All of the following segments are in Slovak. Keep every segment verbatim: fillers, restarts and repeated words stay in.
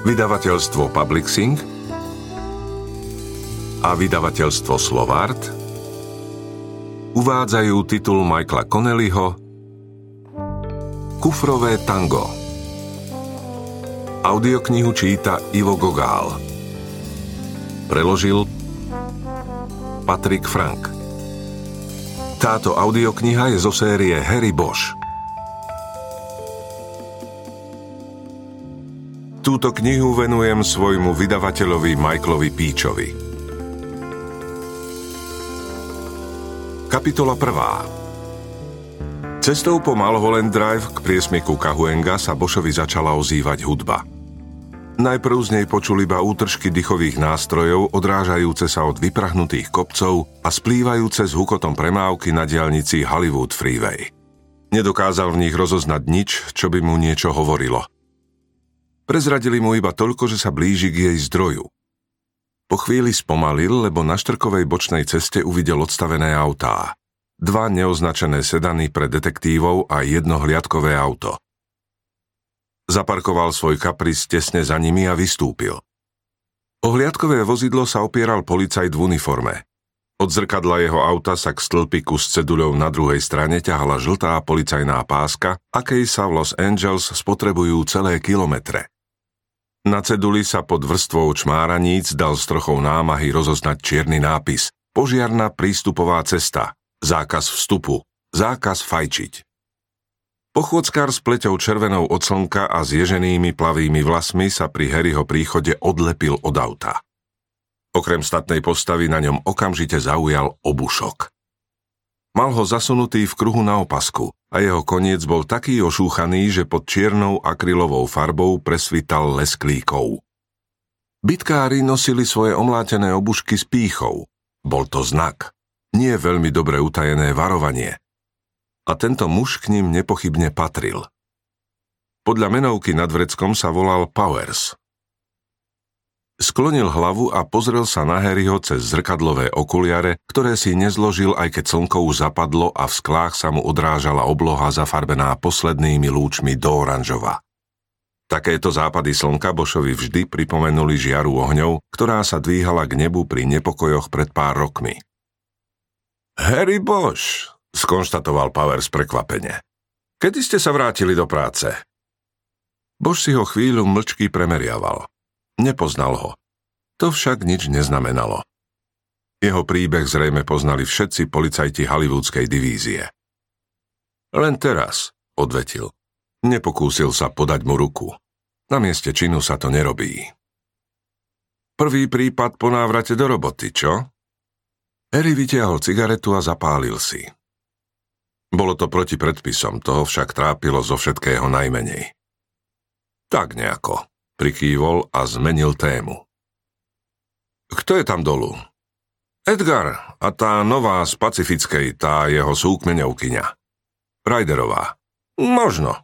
Vydavateľstvo Publixing a vydavateľstvo Slovart uvádzajú titul Michaela Connellyho Kufrové tango. Audioknihu číta Ivo Gogál. Preložil Patrik Frank. Táto audiokniha je zo série Harry Bosch. Túto knihu venujem svojmu vydavateľovi Michaelovi Peachovi. Kapitola prvá. Cestou po Mulholland Drive k priesmyku Cahuenga sa Boschovi začala ozývať hudba. Najprv z nej počul iba útržky dychových nástrojov odrážajúce sa od vyprahnutých kopcov a splývajúce s hukotom premávky na diaľnici Hollywood Freeway. Nedokázal v nich rozoznať nič, čo by mu niečo hovorilo. Prezradili mu iba toľko, že sa blíži k jej zdroju. Po chvíli spomalil, lebo na štrkovej bočnej ceste uvidel odstavené autá. Dva neoznačené sedany pre detektívov a jedno hliadkové auto. Zaparkoval svoj Caprice tesne za nimi a vystúpil. O hliadkové vozidlo sa opieral policajt v uniforme. Od zrkadla jeho auta sa k stĺpiku s ceduľou na druhej strane ťahala žltá policajná páska, akej sa v Los Angeles spotrebujú celé kilometre. Na ceduli sa pod vrstvou čmáraníc dal s trochou námahy rozoznať čierny nápis Požiarna prístupová cesta, zákaz vstupu, zákaz fajčiť. Pochôdzkar s pleťou červenou od slnka a s ježenými plavými vlasmi sa pri Harryho príchode odlepil od auta. Okrem statnej postavy na ňom okamžite zaujal obušok. Mal ho zasunutý v kruhu na opasku a jeho koniec bol taký ošúchaný, že pod čiernou akrylovou farbou presvital lesklíkov. Bitkári nosili svoje omlátené obušky s pýchou. Bol to znak, nie veľmi dobre utajené varovanie. A tento muž k ním nepochybne patril. Podľa menovky nad vreckom sa volal Powers. Sklonil hlavu a pozrel sa na Harryho cez zrkadlové okuliare, ktoré si nezložil, aj keď slnko už zapadlo a v sklách sa mu odrážala obloha zafarbená poslednými lúčmi do oranžova. Takéto západy slnka Boschovi vždy pripomenuli žiaru ohňov, ktorá sa dvíhala k nebu pri nepokojoch pred pár rokmi. Harry Bosch, skonštatoval Powers prekvapene. Kedy ste sa vrátili do práce? Bosch si ho chvíľu mlčky premeriaval. Nepoznal ho. To však nič neznamenalo. Jeho príbeh zrejme poznali všetci policajti hollywoodskej divízie. Len teraz, odvetil. Nepokúsil sa podať mu ruku. Na mieste činu sa to nerobí. Prvý prípad po návrate do roboty, čo? Harry vytiahol cigaretu a zapálil si. Bolo to proti predpisom, toho však trápilo zo všetkého najmenej. Tak nejako. Prikývol a zmenil tému. Kto je tam dolu? Edgar a tá nová z Pacifickej, tá jeho súkmeňovkyňa. Ryderová. Možno.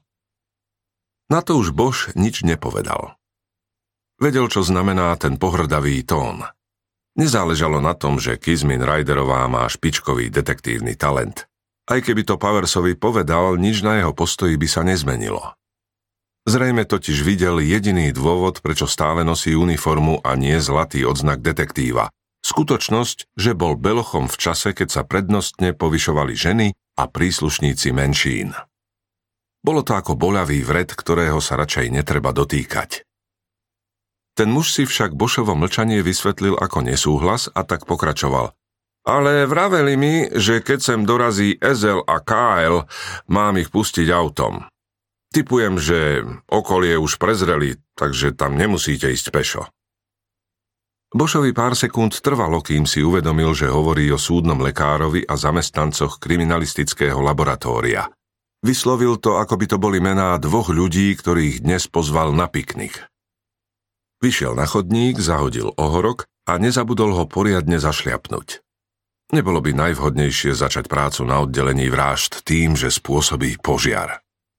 Na to už Bosch nič nepovedal. Vedel, čo znamená ten pohrdavý tón. Nezáležalo na tom, že Kizmin Ryderová má špičkový detektívny talent. Aj keby to Powersovi povedal, nič na jeho postoji by sa nezmenilo. Zrejme totiž videl jediný dôvod, prečo stále nosí uniformu a nie zlatý odznak detektíva. Skutočnosť, že bol belochom v čase, keď sa prednostne povyšovali ženy a príslušníci menšín. Bolo to ako boľavý vred, ktorého sa radšej netreba dotýkať. Ten muž si však Boschovo mlčanie vysvetlil ako nesúhlas a tak pokračoval. Ale vraveli mi, že keď sem dorazí Ezel a Kyle, mám ich pustiť autom. Tipujem, že okolie už prezreli, takže tam nemusíte ísť pešo. Boschovi pár sekúnd trvalo, kým si uvedomil, že hovorí o súdnom lekárovi a zamestnancoch kriminalistického laboratória. Vyslovil to, ako by to boli mená dvoch ľudí, ktorých dnes pozval na piknik. Vyšiel na chodník, zahodil ohorok a nezabudol ho poriadne zašliapnúť. Nebolo by najvhodnejšie začať prácu na oddelení vražd tým, že spôsobí požiar.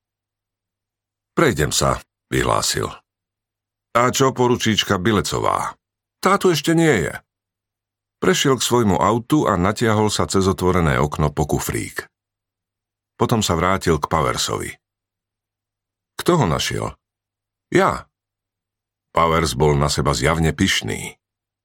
Prejdem sa, vyhlásil. A čo poručíčka Bilecová? Tá tu ešte nie je. Prešiel k svojmu autu a natiahol sa cez otvorené okno po kufrík. Potom sa vrátil k Powersovi. Kto ho našiel? Ja. Powers bol na seba zjavne pyšný.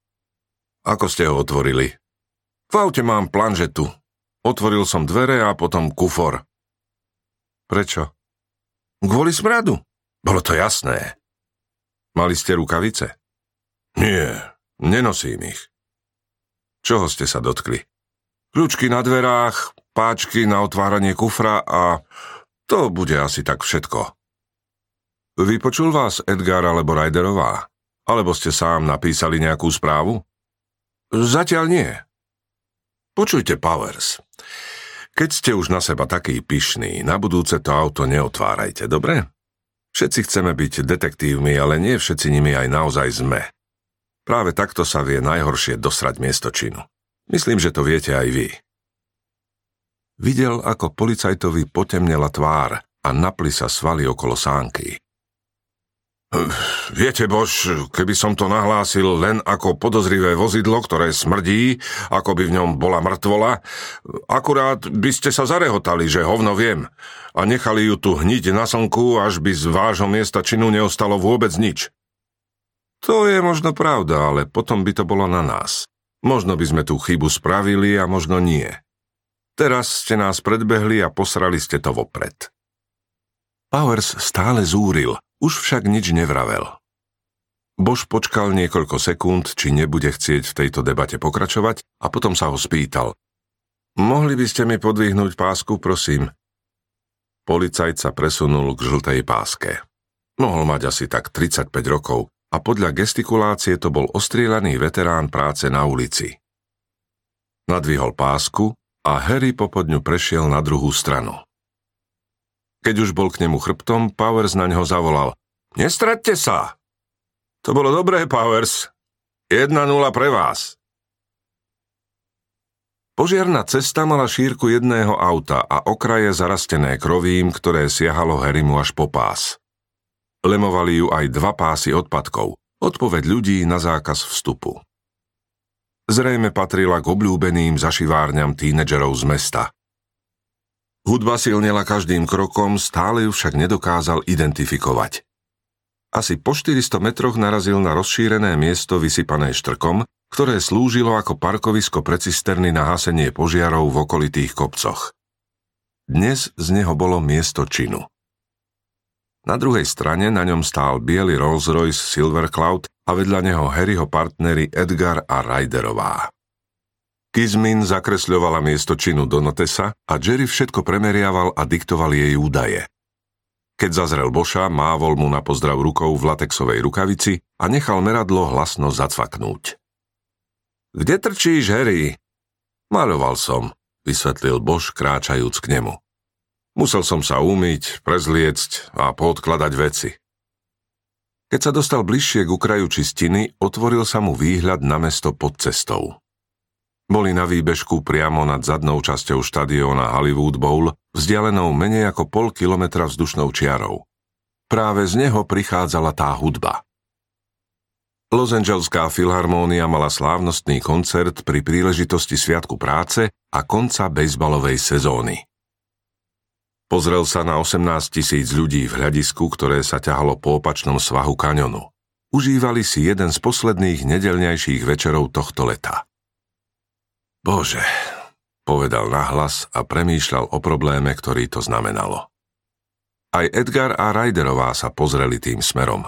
Ako ste ho otvorili? V aute mám planžetu. Otvoril som dvere a potom kufor. Prečo? Kvôli smradu. Bolo to jasné. Mali ste rukavice? Nie, nenosím ich. Čoho ste sa dotkli? Kľúčky na dverách, páčky na otváranie kufra a to bude asi tak všetko. Vypočul vás Edgar alebo Ryderová? Alebo ste sám napísali nejakú správu? Zatiaľ nie. Počujte, Powers. Keď ste už na seba taký pyšný, na budúce to auto neotvárajte, dobre? Všetci chceme byť detektívmi, ale nie všetci nimi aj naozaj sme. Práve takto sa vie najhoršie dosrať miesto činu. Myslím, že to viete aj vy. Videl, ako policajtovi potemnela tvár a napli sa svaly okolo sánky. Viete, Bož, keby som to nahlásil len ako podozrivé vozidlo, ktoré smrdí, ako by v ňom bola mŕtvola, akurát by ste sa zarehotali, že hovno viem, a nechali ju tu hniť na slnku, až by z vášho miesta činu neostalo vôbec nič. To je možno pravda, ale potom by to bolo na nás. Možno by sme tú chybu spravili a možno nie. Teraz ste nás predbehli a posrali ste to vopred. Powers stále zúril, už však nič nevravel. Bož počkal niekoľko sekúnd, či nebude chcieť v tejto debate pokračovať, a potom sa ho spýtal. Mohli by ste mi podvihnúť pásku, prosím? Policajt sa presunul k žltej páske. Mohol mať asi tak tridsaťpäť rokov a podľa gestikulácie to bol ostrieľaný veterán práce na ulici. Nadvihol pásku a Harry popodňu prešiel na druhú stranu. Keď už bol k nemu chrbtom, Powers na ňo zavolal. Nestraťte sa! To bolo dobré, Powers. jedna nula pre vás. Požiarna cesta mala šírku jedného auta a okraje zarastené krovím, ktoré siahalo Harrymu až po pás. Lemovali ju aj dva pásy odpadkov, odpoveď ľudí na zákaz vstupu. Zrejme patrila k obľúbeným zašivárňam tínedžerov z mesta. Hudba silnela každým krokom, stále ju však nedokázal identifikovať. Asi po štyristo metroch narazil na rozšírené miesto vysypané štrkom, ktoré slúžilo ako parkovisko pre cisterny na hasenie požiarov v okolitých kopcoch. Dnes z neho bolo miesto činu. Na druhej strane na ňom stál biely Rolls-Royce Silver Cloud a vedľa neho Harryho partneri Edgar a Ryderová. Kismin zakresľovala miesto činu do notesa a Jerry všetko premeriaval a diktoval jej údaje. Keď zazrel Boša, mávol mu na pozdrav rukou v latexovej rukavici a nechal meradlo hlasno zacvaknúť. Kde trčíš, Harry? Maľoval som, vysvetlil Boš, kráčajúc k nemu. Musel som sa umyť, prezliecť a poodkladať veci. Keď sa dostal bližšie k okraju čistiny, otvoril sa mu výhľad na mesto pod cestou. Boli na výbežku priamo nad zadnou časťou štadióna Hollywood Bowl, vzdialenou menej ako pol kilometra vzdušnou čiarou. Práve z neho prichádzala tá hudba. Los Angeleská filharmónia mala slávnostný koncert pri príležitosti Sviatku práce a konca bejzbalovej sezóny. Pozrel sa na osemnásť tisíc ľudí v hľadisku, ktoré sa ťahalo po opačnom svahu kaňonu. Užívali si jeden z posledných nedeľňajších večerov tohto leta. Bože, povedal nahlas a premýšľal o probléme, ktorý to znamenalo. Aj Edgar a Ryderová sa pozreli tým smerom.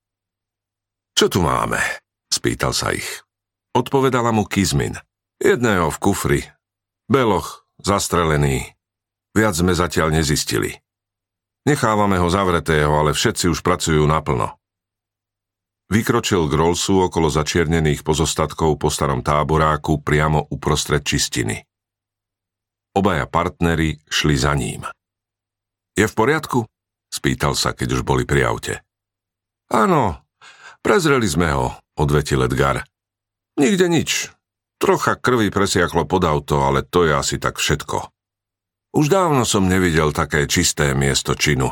Čo tu máme? Spýtal sa ich. Odpovedala mu Kismin. Jedného v kufri. Beloch, zastrelený. Viac sme zatiaľ nezistili. Nechávame ho zavretého, ale všetci už pracujú naplno. Vykročil k Rollsu okolo začiernených pozostatkov po starom táboráku priamo uprostred čistiny. Obaja partneri šli za ním. Je v poriadku? Spýtal sa, keď už boli pri aute. Áno, prezreli sme ho, odvetil Edgar. Nikde nič. Trocha krvi presiaklo pod auto, ale to je asi tak všetko. Už dávno som nevidel také čisté miesto činu.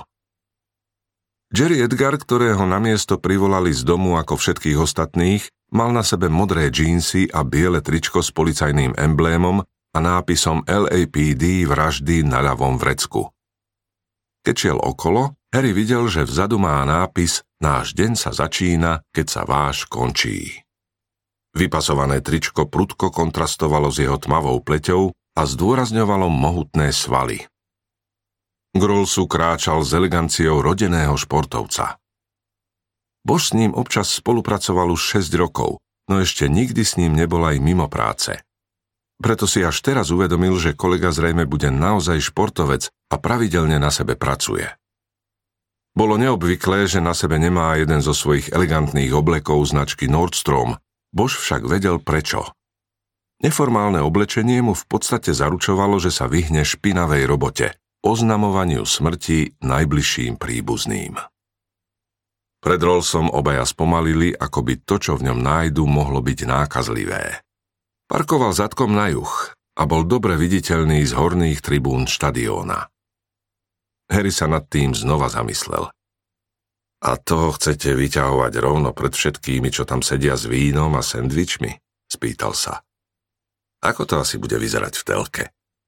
Jerry Edgar, ktorého na miesto privolali z domu ako všetkých ostatných, mal na sebe modré džínsy a biele tričko s policajným emblémom a nápisom L A P D vraždy na ľavom vrecku. Keď šiel okolo, Harry videl, že vzadu má nápis Náš deň sa začína, keď sa váš končí. Vypasované tričko prudko kontrastovalo s jeho tmavou pleťou a zdôrazňovalo mohutné svaly. K Rolsu kráčal s eleganciou rodeného športovca. Bož s ním občas spolupracoval už šesť rokov, no ešte nikdy s ním nebol aj mimo práce. Preto si až teraz uvedomil, že kolega zrejme bude naozaj športovec a pravidelne na sebe pracuje. Bolo neobvyklé, že na sebe nemá jeden zo svojich elegantných oblekov značky Nordstrom, Bož však vedel prečo. Neformálne oblečenie mu v podstate zaručovalo, že sa vyhne špinavej robote, oznamovaniu smrti najbližším príbuzným. Pred Rolsom obaja spomalili, ako by to, čo v ňom nájdu, mohlo byť nákazlivé. Parkoval zadkom na juh a bol dobre viditeľný z horných tribún štadióna. Harry sa nad tým znova zamyslel. A toho chcete vyťahovať rovno pred všetkými, čo tam sedia s vínom a sendvičmi? Spýtal sa. Ako to asi bude vyzerať v telke?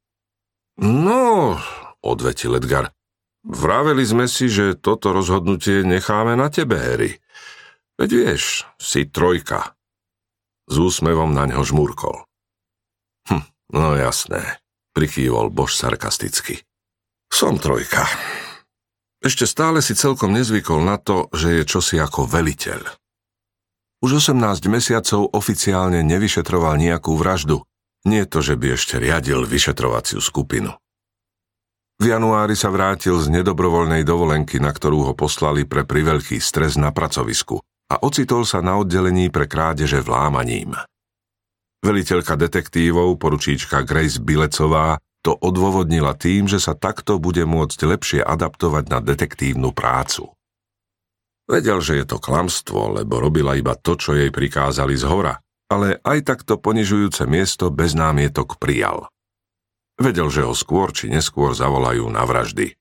No, odvetil Edgar. Vraveli sme si, že toto rozhodnutie necháme na tebe, Harry. Veď vieš, si trojka. S úsmevom na ňo žmúrkol. Hm, no jasné, prikývol Bož sarkasticky. Som trojka. Ešte stále si celkom nezvykol na to, že je čosi ako veliteľ. Už osemnásť mesiacov oficiálne nevyšetroval nejakú vraždu. Nie to, že by ešte riadil vyšetrovaciu skupinu. V januári sa vrátil z nedobrovoľnej dovolenky, na ktorú ho poslali pre priveľký stres na pracovisku a ocitol sa na oddelení pre krádeže vlámaním. Veliteľka detektívov, poručíčka Grace Bilecová, to odôvodnila tým, že sa takto bude môcť lepšie adaptovať na detektívnu prácu. Vedel, že je to klamstvo, lebo robila iba to, čo jej prikázali zhora, ale aj takto ponižujúce miesto bez námietok prijal. Vedel, že ho skôr či neskôr zavolajú na vraždy.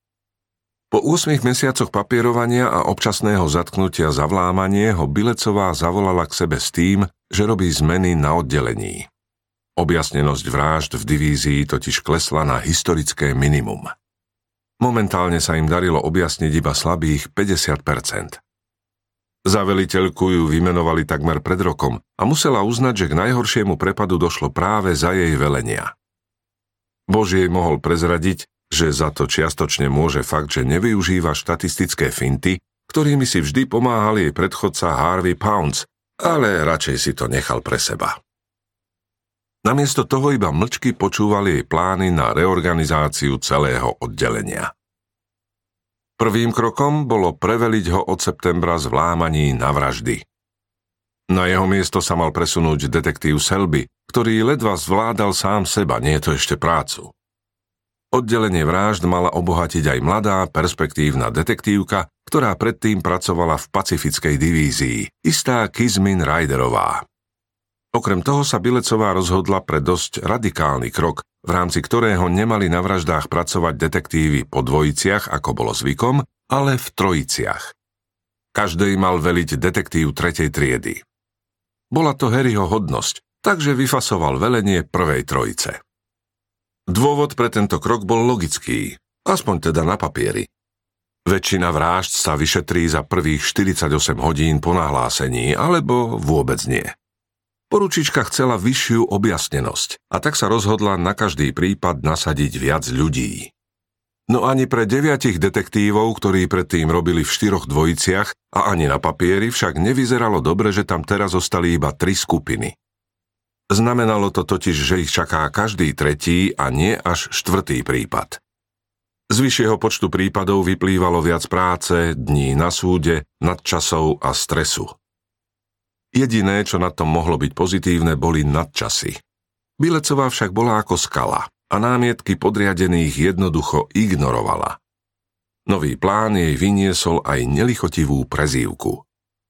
Po ôsmich mesiacoch papierovania a občasného zatknutia za vlámanie ho Bilecová zavolala k sebe s tým, že robí zmeny na oddelení. Objasnenosť vražd v divízii totiž klesla na historické minimum. Momentálne sa im darilo objasniť iba slabých päťdesiat percent. Za veliteľku ju vymenovali takmer pred rokom a musela uznať, že k najhoršiemu prepadu došlo práve za jej velenia. Bož jej mohol prezradiť, že za to čiastočne môže fakt, že nevyužíva štatistické finty, ktorými si vždy pomáhal jej predchodca Harvey Pounds, ale radšej si to nechal pre seba. Namiesto toho iba mlčky počúval jej plány na reorganizáciu celého oddelenia. Prvým krokom bolo preveliť ho od septembra z vlámaní na vraždy. Na jeho miesto sa mal presunúť detektív Selby, ktorý ledva zvládal sám seba, nie je to ešte prácu. Oddelenie vražd mala obohatiť aj mladá, perspektívna detektívka, ktorá predtým pracovala v pacifickej divízii, istá Kizmin Ryderová. Okrem toho sa Bilecová rozhodla pre dosť radikálny krok, v rámci ktorého nemali na vraždách pracovať detektívy po dvojiciach, ako bolo zvykom, ale v trojiciach. Každej mal veliť detektív tretej triedy. Bola to Harryho hodnosť, takže vyfasoval velenie prvej trojice. Dôvod pre tento krok bol logický, aspoň teda na papieri. Väčšina vražd sa vyšetrí za prvých štyridsaťosem hodín po nahlásení, alebo vôbec nie. Poručička chcela vyššiu objasnenosť a tak sa rozhodla na každý prípad nasadiť viac ľudí. No ani pre deviatich detektívov, ktorí predtým robili v štyroch dvojiciach a ani na papieri, však nevyzeralo dobre, že tam teraz zostali iba tri skupiny. Znamenalo to totiž, že ich čaká každý tretí a nie až štvrtý prípad. Z vyššieho počtu prípadov vyplývalo viac práce, dní na súde, nadčasov a stresu. Jediné, čo na tom mohlo byť pozitívne, boli nadčasy. Bilecová však bola ako skala a námietky podriadených jednoducho ignorovala. Nový plán jej vyniesol aj nelichotivú prezývku.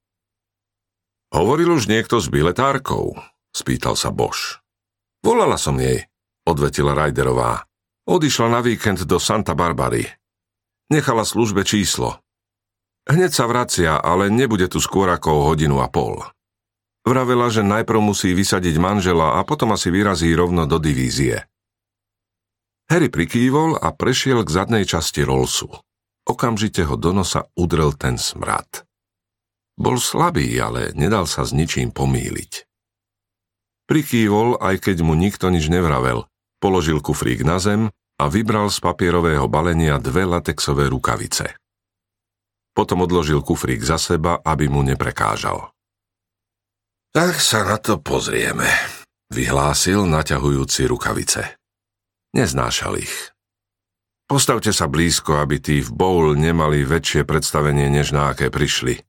Hovoril už niekto s biletárkou? Spýtal sa Bož. Volala som jej, odvetila Ryderová. Odišla na víkend do Santa Barbary. Nechala službe číslo. Hneď sa vracia, ale nebude tu skôr ako hodinu a pol. Vravela, že najprv musí vysadiť manžela a potom asi vyrazí rovno do divízie. Harry prikývol a prešiel k zadnej časti Rollsu. Okamžite ho do nosa udrel ten smrad. Bol slabý, ale nedal sa s ničím pomýliť. Prikývol, aj keď mu nikto nič nevravel, položil kufrík na zem a vybral z papierového balenia dve latexové rukavice. Potom odložil kufrík za seba, aby mu neprekážal. Tak sa na to pozrieme, vyhlásil, naťahujúci rukavice. Neznášal ich. Postavte sa blízko, aby tí v bowl nemali väčšie predstavenie, než na aké prišli.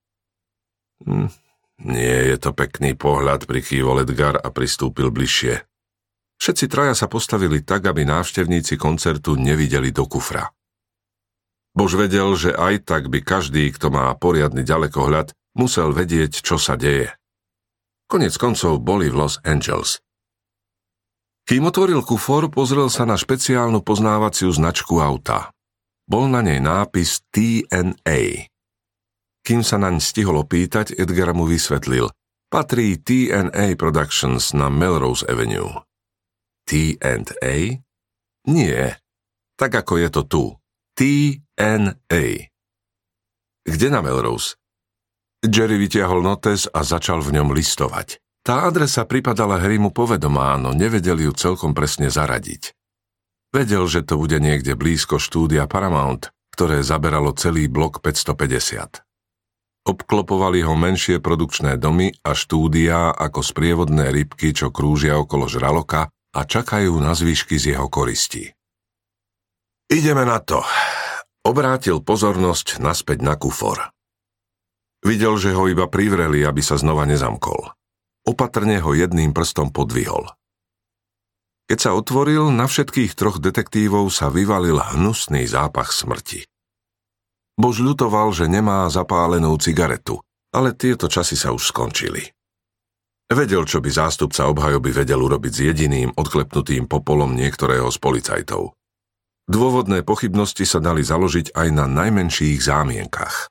Hm, nie je to pekný pohľad, prikývol Edgar a pristúpil bližšie. Všetci traja sa postavili tak, aby návštevníci koncertu nevideli do kufra. Bož vedel, že aj tak by každý, kto má poriadny ďalekohľad, musel vedieť, čo sa deje. Koniec koncov boli v Los Angeles. Kým otvoril kufor, pozrel sa na špeciálnu poznávaciu značku auta. Bol na nej nápis T N A. Kým sa naň stihol opýtať, Edgar mu vysvetlil. Patrí T N A Productions na Melrose Avenue. T and A? Nie. Tak ako je to tu. T N A. Kde na Melrose? Jerry vytiahol notes a začal v ňom listovať. Tá adresa pripadala Harrymu povedomá, no nevedel ju celkom presne zaradiť. Vedel, že to bude niekde blízko štúdia Paramount, ktoré zaberalo celý blok päťstopäťdesiat. Obklopovali ho menšie produkčné domy a štúdiá ako sprievodné rybky, čo krúžia okolo žraloka a čakajú na zvyšky z jeho koristi. Ideme na to. Obrátil pozornosť naspäť na kufor. Videl, že ho iba privreli, aby sa znova nezamkol. Opatrne ho jedným prstom podvihol. Keď sa otvoril, na všetkých troch detektívov sa vyvalil hnusný zápach smrti. Bož ľutoval, že nemá zapálenú cigaretu, ale tieto časy sa už skončili. Vedel, čo by zástupca obhajoby vedel urobiť s jediným odklepnutým popolom niektorého z policajtov. Dôvodné pochybnosti sa dali založiť aj na najmenších zámienkach.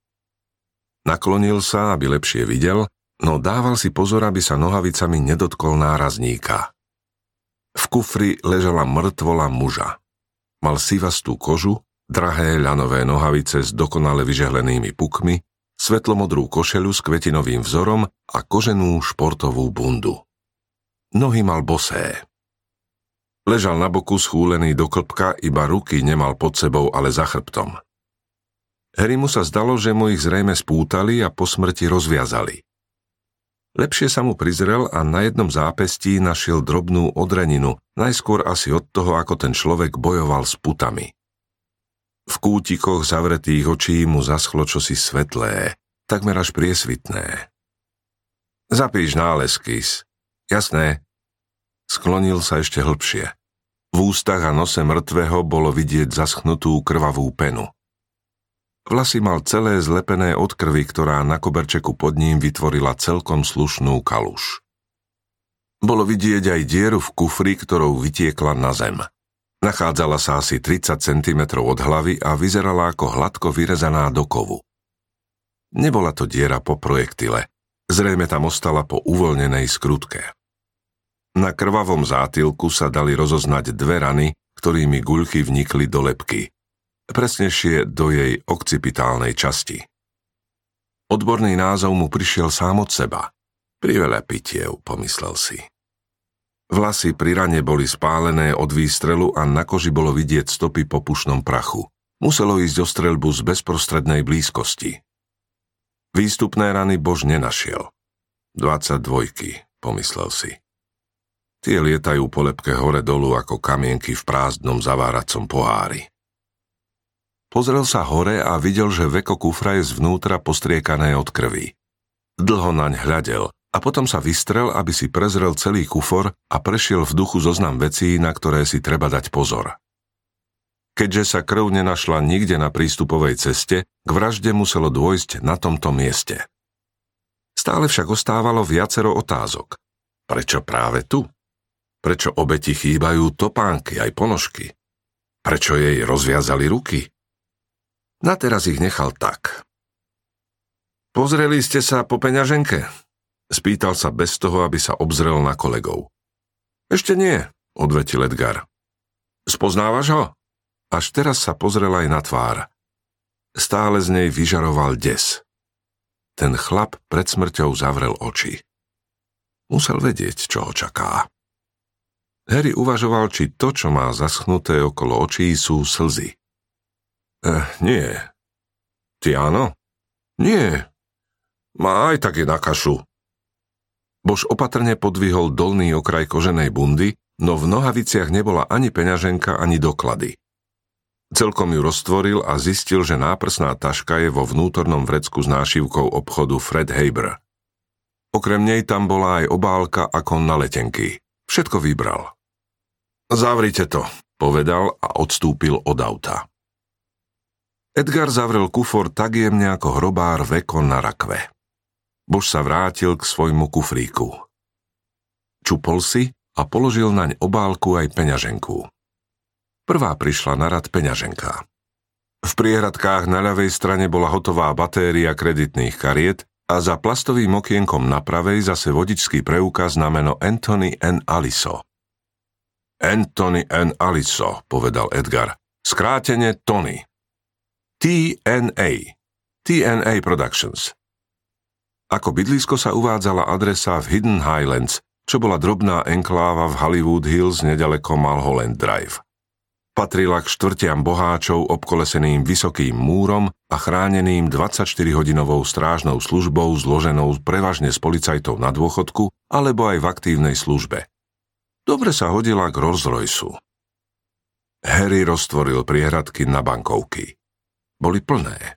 Naklonil sa, aby lepšie videl, no dával si pozor, aby sa nohavicami nedotkol nárazníka. V kufri ležala mŕtvola muža. Mal sivastú kožu, drahé ľanové nohavice s dokonale vyžehlenými pukmi, svetlomodrú košeľu s kvetinovým vzorom a koženú športovú bundu. Nohy mal bosé. Ležal na boku schúlený do klbka, iba ruky nemal pod sebou, ale za chrbtom. Harrymu sa zdalo, že mu ich zrejme spútali a po smrti rozviazali. Lepšie sa mu prizrel a na jednom zápestí našiel drobnú odreninu, najskôr asi od toho, ako ten človek bojoval s putami. V kútikoch zavretých očí mu zaschlo čosi svetlé, takmer až priesvitné. Zapíš nález, Kis. Jasné. Sklonil sa ešte hlbšie. V ústach a nose mŕtvého bolo vidieť zaschnutú krvavú penu. Vlasy mal celé zlepené od krvi, ktorá na koberčeku pod ním vytvorila celkom slušnú kaluž. Bolo vidieť aj dieru v kufri, ktorou vytiekla na zem. Nachádzala sa asi tridsať centimetrov od hlavy a vyzerala ako hladko vyrezaná do kovu. Nebola to diera po projektile, zrejme tam ostala po uvoľnenej skrutke. Na krvavom zátilku sa dali rozoznať dve rany, ktorými guľky vnikli do lebky. Presnejšie do jej okcipitálnej časti. Odborný názov mu prišiel sám od seba. Priveľa pitiev, pomyslel si. Vlasy pri rane boli spálené od výstrelu a na koži bolo vidieť stopy po pušnom prachu. Muselo ísť o streľbu z bezprostrednej blízkosti. Výstupné rany Bož nenašiel. dvadsaťdvojky, pomyslel si. Tie lietajú po lebke hore dolu ako kamienky v prázdnom zaváracom pohári. Pozrel sa hore a videl, že veko kufra je zvnútra postriekané od krvi. Dlho naň hľadel a potom sa vystrel, aby si prezrel celý kufor a prešiel v duchu zoznam vecí, na ktoré si treba dať pozor. Keďže sa krv nenašla nikde na prístupovej ceste, k vražde muselo dôjsť na tomto mieste. Stále však ostávalo viacero otázok. Prečo práve tu? Prečo obeti chýbajú topánky aj ponožky? Prečo jej rozviazali ruky? Na teraz ich nechal tak. Pozreli ste sa po peňaženke? Spýtal sa bez toho, aby sa obzrel na kolegov. Ešte nie, odvetil Edgar. Spoznávaš ho? Až teraz sa pozrel aj na tvár. Stále z nej vyžaroval des. Ten chlap pred smrťou zavrel oči. Musel vedieť, čo ho čaká. Harry uvažoval, či to, čo má zaschnuté okolo očí, sú slzy. Eh, nie. Ty áno? Nie. Má aj také na kašu. Bož opatrne podvihol dolný okraj koženej bundy, no v nohaviciach nebola ani peňaženka, ani doklady. Celkom ju roztvoril a zistil, že náprsná taška je vo vnútornom vrecku s nášivkou obchodu Fred Haber. Okrem nej tam bola aj obálka a kon na letenky. Všetko vybral. Zavrite to, povedal a odstúpil od auta. Edgar zavrel kufor tak jemne ako hrobár veko na rakve. Bož sa vrátil k svojmu kufríku. Čupol si a položil naň obálku aj peňaženku. Prvá prišla na rad peňaženka. V priehradkách na ľavej strane bola hotová batéria kreditných kariet a za plastovým okienkom na pravej zase vodičský preukaz na meno Anthony N. Aliso. Anthony N. Aliso, povedal Edgar. Skrátene Tony. T N A. T N A Productions. Ako bydlisko sa uvádzala adresa v Hidden Highlands, čo bola drobná enkláva v Hollywood Hills nedaleko Mulholland Drive. Patrila k štvrtiam boháčov obkoleseným vysokým múrom a chráneným dvadsaťštyrihodinovou strážnou službou zloženou prevažne z policajtov na dôchodku alebo aj v aktívnej službe. Dobre sa hodila k Rolls-Royceu. Harry roztvoril priehradky na bankovky. Boli plné.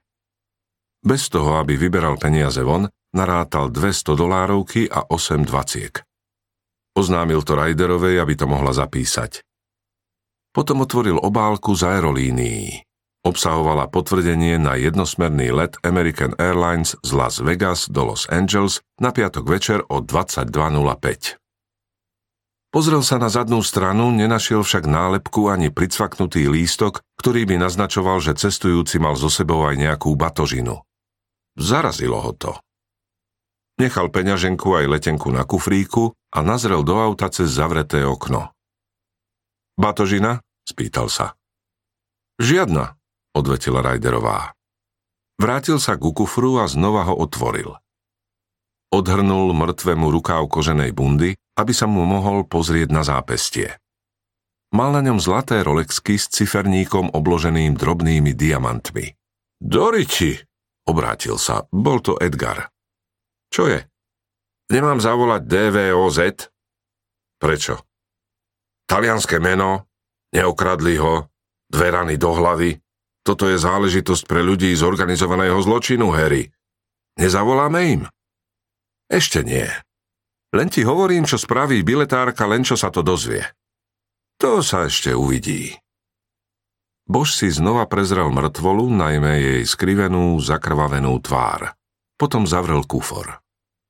Bez toho, aby vyberal peniaze von, narátal dvesto dolárovky a osem dvaciek. Oznámil to Ryderovej, aby to mohla zapísať. Potom otvoril obálku z aerolínií. Obsahovala potvrdenie na jednosmerný let American Airlines z Las Vegas do Los Angeles na piatok večer o dvadsaťdva nula päť. Pozrel sa na zadnú stranu, nenašiel však nálepku ani pricvaknutý lístok, ktorý by naznačoval, že cestujúci mal so sebou aj nejakú batožinu. Zarazilo ho to. Nechal peňaženku aj letenku na kufríku a nazrel do auta cez zavreté okno. Batožina? Spýtal sa. Žiadna, odvetila Ryderová. Vrátil sa ku kufru a znova ho otvoril. Odhrnul mŕtvemu rukáv koženej bundy, aby sa mu mohol pozrieť na zápestie. Mal na ňom zlaté Rolexky s ciferníkom obloženým drobnými diamantmi. Doriči, obrátil sa, bol to Edgar. Čo je? Nemám zavolať D V O Z? Prečo? Talianské meno, neokradli ho, dve rany do hlavy. Toto je záležitosť pre ľudí z organizovaného zločinu, Harry. Nezavoláme im? Ešte nie. Len ti hovorím, čo spraví biletárka, len čo sa to dozvie. To sa ešte uvidí. Bož si znova prezrel mŕtvolu, najmä jej skrivenú, zakrvavenú tvár. Potom zavrel kufor.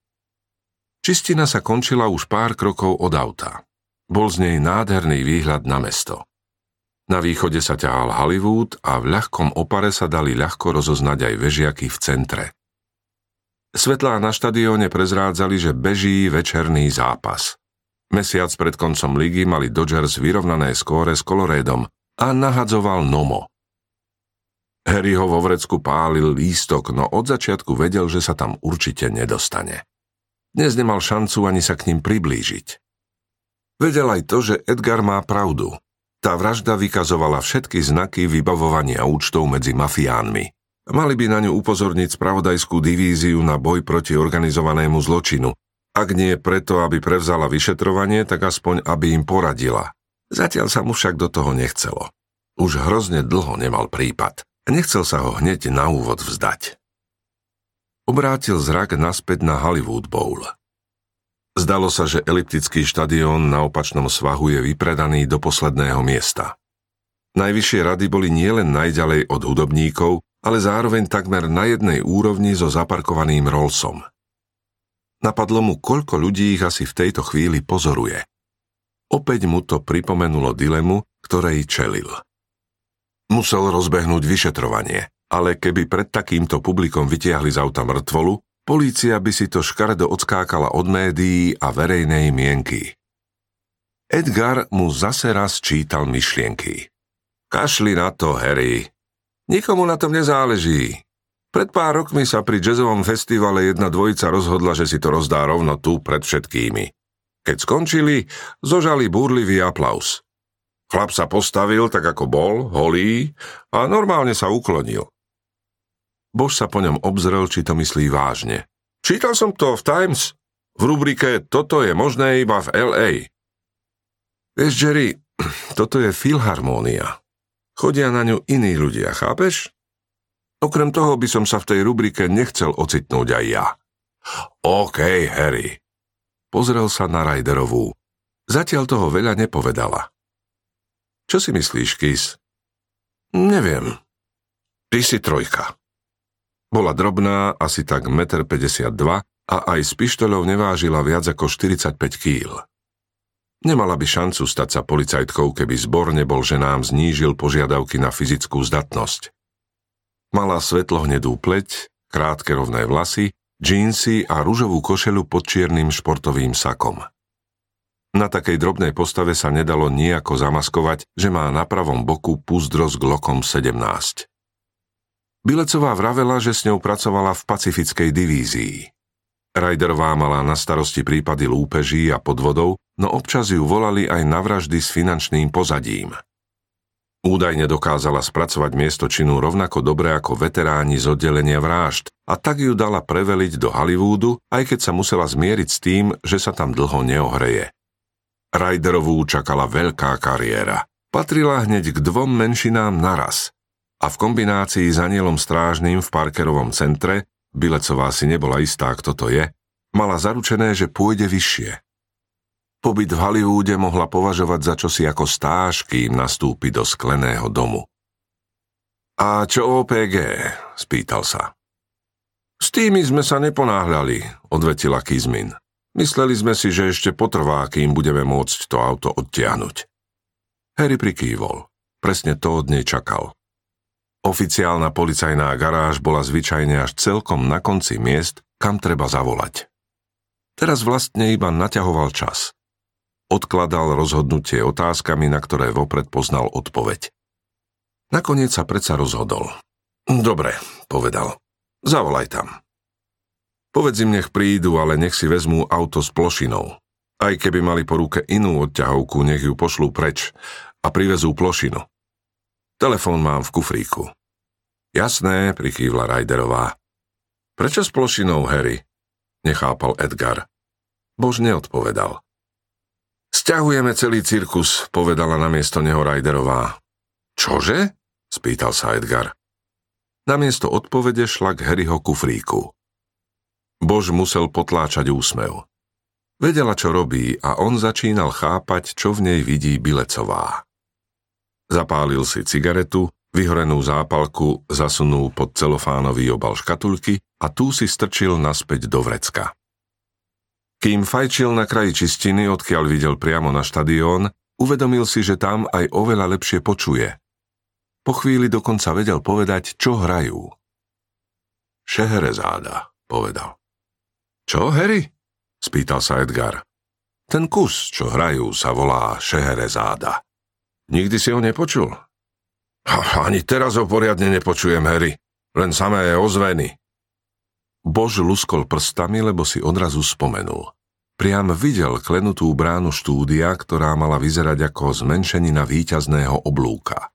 Čistina sa končila už pár krokov od auta. Bol z nej nádherný výhľad na mesto. Na východe sa ťahal Hollywood a v ľahkom opare sa dali ľahko rozoznať aj vežiaky v centre. Svetlá na štadióne prezrádzali, že beží večerný zápas. Mesiac pred koncom ligy mali Dodgers vyrovnané skóre s Coloradom a nahadzoval Nomo. Harry ho vo vrecku pálil lístok, no od začiatku vedel, že sa tam určite nedostane. Dnes nemal šancu ani sa k ním priblížiť. Vedel aj to, že Edgar má pravdu. Tá vražda vykazovala všetky znaky vybavovania účtov medzi mafiánmi. Mali by na ňu upozorniť spravodajskú divíziu na boj proti organizovanému zločinu. Ak nie preto, aby prevzala vyšetrovanie, tak aspoň, aby im poradila. Zatiaľ sa mu však do toho nechcelo. Už hrozne dlho nemal prípad. Nechcel sa ho hneď na úvod vzdať. Obrátil zrak naspäť na Hollywood Bowl. Zdalo sa, že eliptický štadión na opačnom svahu je vypredaný do posledného miesta. Najvyššie rady boli nielen najďalej od hudobníkov, ale zároveň takmer na jednej úrovni so zaparkovaným Rollsom. Napadlo mu, koľko ľudí ich asi v tejto chvíli pozoruje. Opäť mu to pripomenulo dilemu, ktorej čelil. Musel rozbehnúť vyšetrovanie, ale keby pred takýmto publikom vytiahli z auta mŕtvolu, polícia by si to škaredo odskákala od médií a verejnej mienky. Edgar mu zase raz čítal myšlienky. Kašli na to, Harry. Nikomu na tom nezáleží. Pred pár rokmi sa pri jazzovom festivale jedna dvojica rozhodla, že si to rozdá rovno tu pred všetkými. Keď skončili, zožali búrlivý aplaus. Chlap sa postavil tak ako bol, holý, a normálne sa uklonil. Bož sa po ňom obzrel, či to myslí vážne. Čítal som to v Times, v rubrike Toto je možné iba v el ej. Vieš, Jerry, toto je filharmónia. Chodia na ňu iní ľudia, chápeš? Okrem toho by som sa v tej rubrike nechcel ocitnúť aj ja. OK, Harry. Pozrel sa na Ryderovú. Zatiaľ toho veľa nepovedala. Čo si myslíš, Kis? Neviem. Ty si trojka. Bola drobná, asi tak jeden päťdesiatdva a aj s pištoľou nevážila viac ako štyridsaťpäť kíl. Nemala by šancu stať sa policajtkou, keby zbor nebol ženám znížil požiadavky na fyzickú zdatnosť. Mala svetlohnedú pleť, krátke rovné vlasy, džínsy a ružovú košeľu pod čiernym športovým sakom. Na takej drobnej postave sa nedalo nijako zamaskovať, že má na pravom boku púzdro s Glockom sedemnásť. Bilecová vravela, že s ňou pracovala v pacifickej divízii. Ryderová mala na starosti prípady lúpeží a podvodov, no občas ju volali aj na vraždy s finančným pozadím. Údajne dokázala spracovať miesto činu rovnako dobre ako veteráni z oddelenia vražd a tak ju dala preveliť do Hollywoodu, aj keď sa musela zmieriť s tým, že sa tam dlho neohreje. Ryderovú čakala veľká kariéra. Patrila hneď k dvom menšinám naraz a v kombinácii s anielom strážnym v Parkerovom centre, Bilecová si nebola istá, kto to je, mala zaručené, že pôjde vyššie. Pobyt v Hollywoode mohla považovať za čosi ako stáž, kým nastúpi do skleného domu. A čo ó pé gé? Spýtal sa. S tými sme sa neponáhľali, odvetila Kizmin. Mysleli sme si, že ešte potrvá, kým budeme môcť to auto odtiahnuť. Harry prikývol. Presne to od nej čakal. Oficiálna policajná garáž bola zvyčajne až celkom na konci miest, kam treba zavolať. Teraz vlastne iba naťahoval čas. Odkladal rozhodnutie otázkami, na ktoré vopred poznal odpoveď. Nakoniec sa predsa rozhodol. Dobre, povedal. Zavolaj tam. Povedz im, nech prídu, ale nech si vezmú auto s plošinou. Aj keby mali po ruke inú odťahovku, nech ju pošlú preč a privezú plošinu. Telefón mám v kufríku. Jasné, prikývla Ryderová. Prečo s plošinou, Harry? Nechápal Edgar. Bož neodpovedal. Sťahujeme celý cirkus, povedala namiesto neho Ryderová. Čože? Spýtal sa Edgar. Namiesto odpovede šla k Harryho kufríku. Bož musel potláčať úsmev. Vedela, čo robí a on začínal chápať, čo v nej vidí Bilecová. Zapálil si cigaretu, vyhorenú zápalku zasunul pod celofánový obal škatulky a tú si strčil naspäť do vrecka. Kým fajčil na kraji čistiny, odkiaľ videl priamo na štadión, uvedomil si, že tam aj oveľa lepšie počuje. Po chvíli dokonca vedel povedať, čo hrajú. Šeherezáda, povedal. Čo, Harry? Spýtal sa Edgar. Ten kus, čo hrajú, sa volá Šeherezáda. Nikdy si ho nepočul? Ani teraz ho poriadne nepočujem, Harry. Len samé ozveny. Bož luskol prstami, lebo si odrazu spomenul. Priam videl klenutú bránu štúdia, ktorá mala vyzerať ako zmenšenina víťazného oblúka.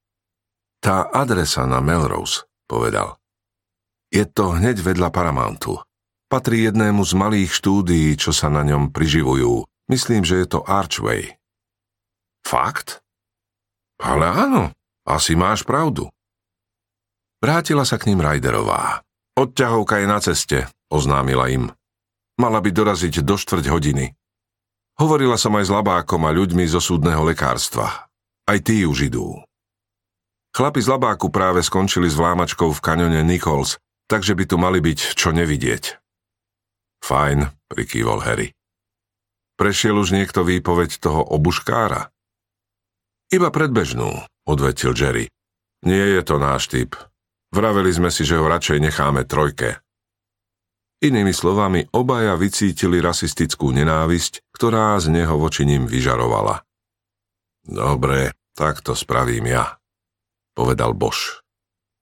Tá adresa na Melrose, povedal. Je to hneď vedľa Paramountu. Patrí jednému z malých štúdií, čo sa na ňom priživujú. Myslím, že je to Archway. Fakt? Ale áno, asi máš pravdu. Vrátila sa k ním Ryderová. Odťahovka je na ceste, oznámila im. Mala by doraziť do štvrť hodiny. Hovorila som aj s labákom a ľuďmi zo súdneho lekárstva. Aj tí už idú. Chlapi z labáku práve skončili s vlámačkou v kaňone Nichols, takže by tu mali byť čo nevidieť. Fajn, prikývol Harry. Prešiel už niekto výpoveď toho obuškára? Iba predbežnú, odvetil Jerry. Nie je to náš typ. Vraveli sme si, že ho radšej necháme trojke. Inými slovami, obaja vycítili rasistickú nenávisť, ktorá z neho voči nim vyžarovala. Dobre, tak to spravím ja, povedal Bož.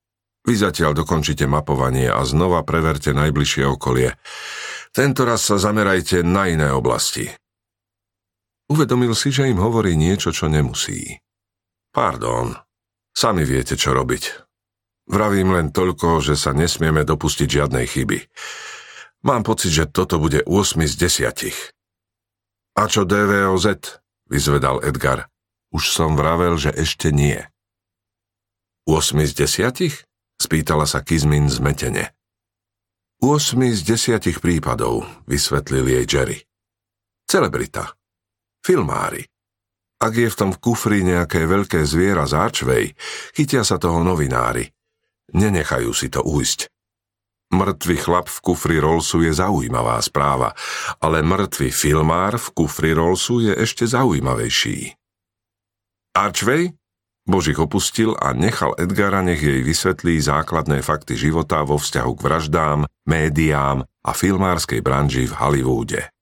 Vy zatiaľ dokončite mapovanie a znova preverte najbližšie okolie. Tentoraz sa zamerajte na iné oblasti. Uvedomil si, že im hovorí niečo, čo nemusí. Pardon, sami viete, čo robiť. Vravím len toľko, že sa nesmieme dopustiť žiadnej chyby. Mám pocit, že toto bude osem z desiatich. A čo dé vé ó zet? Vyzvedal Edgar. Už som vravel, že ešte nie. osem z desiatich? Spýtala sa Kizmin zmetene. osem z desiatich prípadov, vysvetlil jej Jerry. Celebrita. Filmári. Ak je v tom kufri nejaké veľké zviera z Archway, chytia sa toho novinári. Nenechajú si to ujsť. Mŕtvy chlap v kufri Rollsu je zaujímavá správa, ale mŕtvy filmár v kufri Rollsu je ešte zaujímavejší. Archway? Božich opustil a nechal Edgara, nech jej vysvetlí základné fakty života vo vzťahu k vraždám, médiám a filmárskej branži v Hollywoode.